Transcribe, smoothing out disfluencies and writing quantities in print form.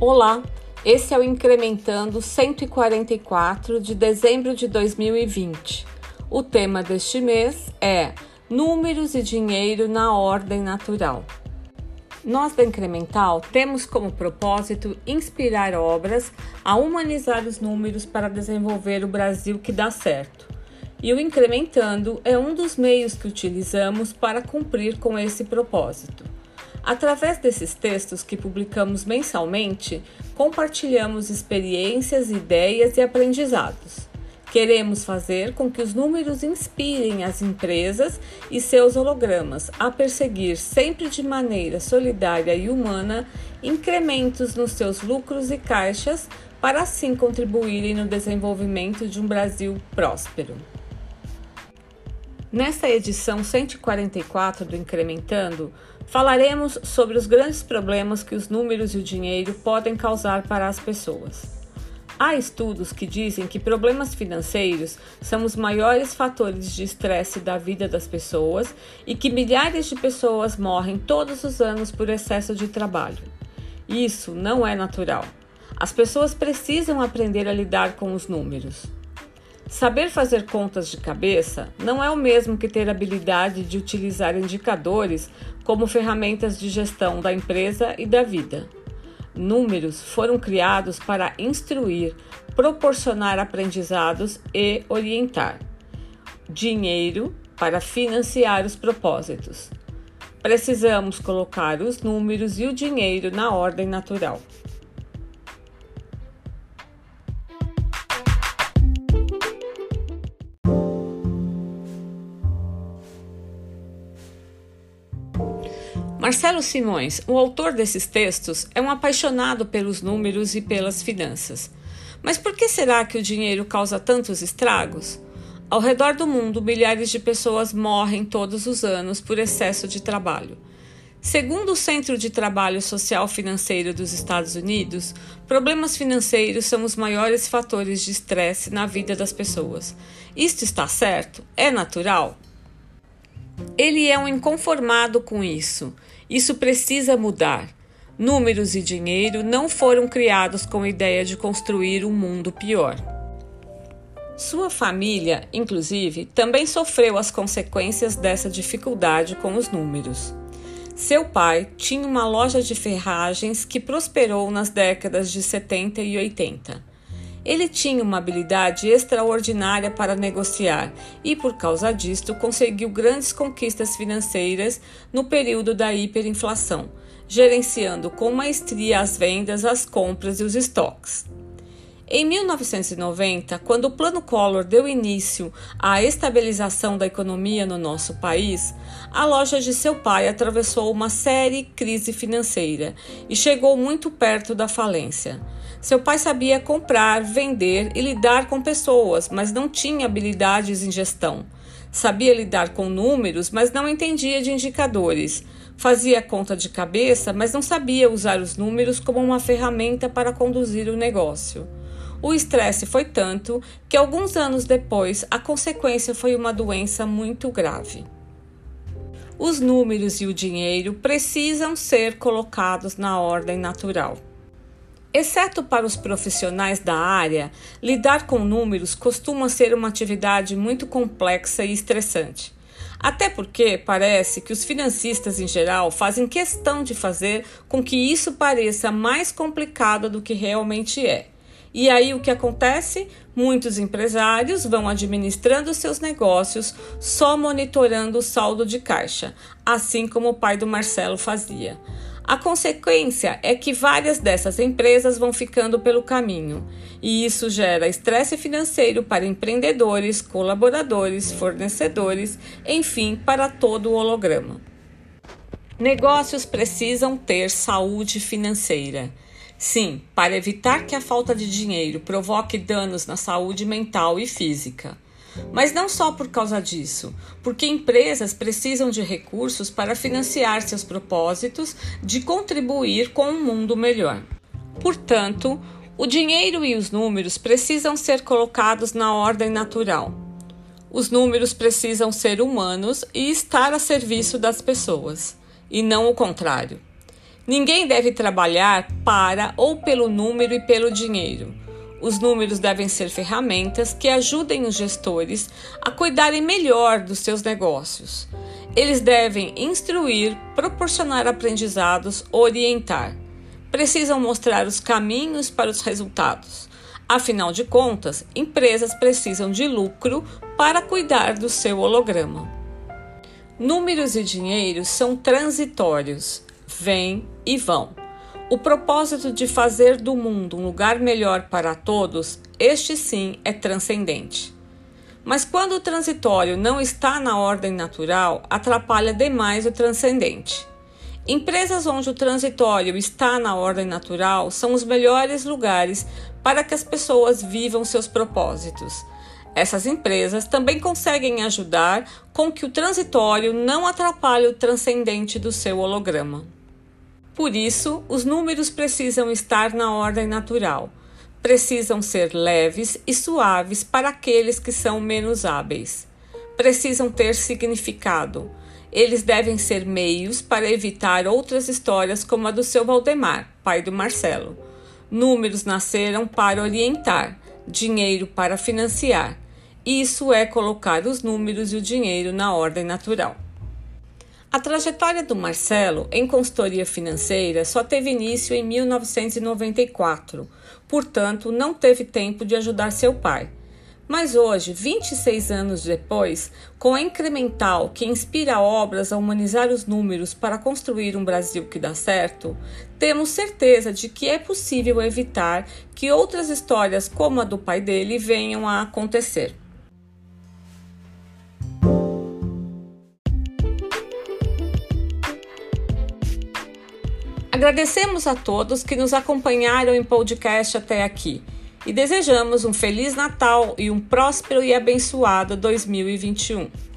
Olá, esse é o Incrementando 144 de dezembro de 2020. O tema deste mês é Números e Dinheiro na Ordem Natural. Nós da Incremental temos como propósito inspirar obras a humanizar os números para desenvolver o Brasil que dá certo. E o Incrementando é um dos meios que utilizamos para cumprir com esse propósito. Através desses textos que publicamos mensalmente, compartilhamos experiências, ideias e aprendizados. Queremos fazer com que os números inspirem as empresas e seus hologramas a perseguir sempre de maneira solidária e humana incrementos nos seus lucros e caixas para assim contribuírem no desenvolvimento de um Brasil próspero. Nesta edição 144 do Incrementando, falaremos sobre os grandes problemas que os números e o dinheiro podem causar para as pessoas. Há estudos que dizem que problemas financeiros são os maiores fatores de estresse da vida das pessoas e que milhares de pessoas morrem todos os anos por excesso de trabalho. Isso não é natural. As pessoas precisam aprender a lidar com os números. Saber fazer contas de cabeça não é o mesmo que ter habilidade de utilizar indicadores como ferramentas de gestão da empresa e da vida. Números foram criados para instruir, proporcionar aprendizados e orientar. Dinheiro para financiar os propósitos. Precisamos colocar os números e o dinheiro na ordem natural. Marcelo Simões, o autor desses textos, é um apaixonado pelos números e pelas finanças. Mas por que será que o dinheiro causa tantos estragos? Ao redor do mundo, milhares de pessoas morrem todos os anos por excesso de trabalho. Segundo o Centro de Trabalho Social Financeiro dos Estados Unidos, problemas financeiros são os maiores fatores de estresse na vida das pessoas. Isto está certo? É natural? Ele é um inconformado com isso. Isso precisa mudar. Números e dinheiro não foram criados com a ideia de construir um mundo pior. Sua família, inclusive, também sofreu as consequências dessa dificuldade com os números. Seu pai tinha uma loja de ferragens que prosperou nas décadas de 70 e 80. Ele tinha uma habilidade extraordinária para negociar e, por causa disto, conseguiu grandes conquistas financeiras no período da hiperinflação, gerenciando com maestria as vendas, as compras e os estoques. Em 1990, quando o Plano Collor deu início à estabilização da economia no nosso país, a loja de seu pai atravessou uma séria crise financeira e chegou muito perto da falência. Seu pai sabia comprar, vender e lidar com pessoas, mas não tinha habilidades em gestão. Sabia lidar com números, mas não entendia de indicadores. Fazia conta de cabeça, mas não sabia usar os números como uma ferramenta para conduzir o negócio. O estresse foi tanto que alguns anos depois a consequência foi uma doença muito grave. Os números e o dinheiro precisam ser colocados na ordem natural. Exceto para os profissionais da área, lidar com números costuma ser uma atividade muito complexa e estressante. Até porque parece que os financistas em geral fazem questão de fazer com que isso pareça mais complicado do que realmente é. E aí o que acontece? Muitos empresários vão administrando seus negócios só monitorando o saldo de caixa, assim como o pai do Marcelo fazia. A consequência é que várias dessas empresas vão ficando pelo caminho, e isso gera estresse financeiro para empreendedores, colaboradores, fornecedores, enfim, para todo o holograma. Negócios precisam ter saúde financeira. Sim, para evitar que a falta de dinheiro provoque danos na saúde mental e física. Mas não só por causa disso, porque empresas precisam de recursos para financiar seus propósitos de contribuir com um mundo melhor. Portanto, o dinheiro e os números precisam ser colocados na ordem natural. Os números precisam ser humanos e estar a serviço das pessoas, e não o contrário. Ninguém deve trabalhar para ou pelo número e pelo dinheiro. Os números devem ser ferramentas que ajudem os gestores a cuidarem melhor dos seus negócios. Eles devem instruir, proporcionar aprendizados, orientar. Precisam mostrar os caminhos para os resultados. Afinal de contas, empresas precisam de lucro para cuidar do seu holograma. Números e dinheiro são transitórios, vêm e vão. O propósito de fazer do mundo um lugar melhor para todos, este sim é transcendente. Mas quando o transitório não está na ordem natural, atrapalha demais o transcendente. Empresas onde o transitório está na ordem natural são os melhores lugares para que as pessoas vivam seus propósitos. Essas empresas também conseguem ajudar com que o transitório não atrapalhe o transcendente do seu holograma. Por isso, os números precisam estar na ordem natural. Precisam ser leves e suaves para aqueles que são menos hábeis. Precisam ter significado. Eles devem ser meios para evitar outras histórias como a do seu Valdemar, pai do Marcelo. Números nasceram para orientar, dinheiro para financiar. Isso é colocar os números e o dinheiro na ordem natural. A trajetória do Marcelo em consultoria financeira só teve início em 1994, portanto, não teve tempo de ajudar seu pai. Mas hoje, 26 anos depois, com a incremental que inspira obras a humanizar os números para construir um Brasil que dá certo, temos certeza de que é possível evitar que outras histórias como a do pai dele venham a acontecer. Agradecemos a todos que nos acompanharam em podcast até aqui e desejamos um Feliz Natal e um próspero e abençoado 2021.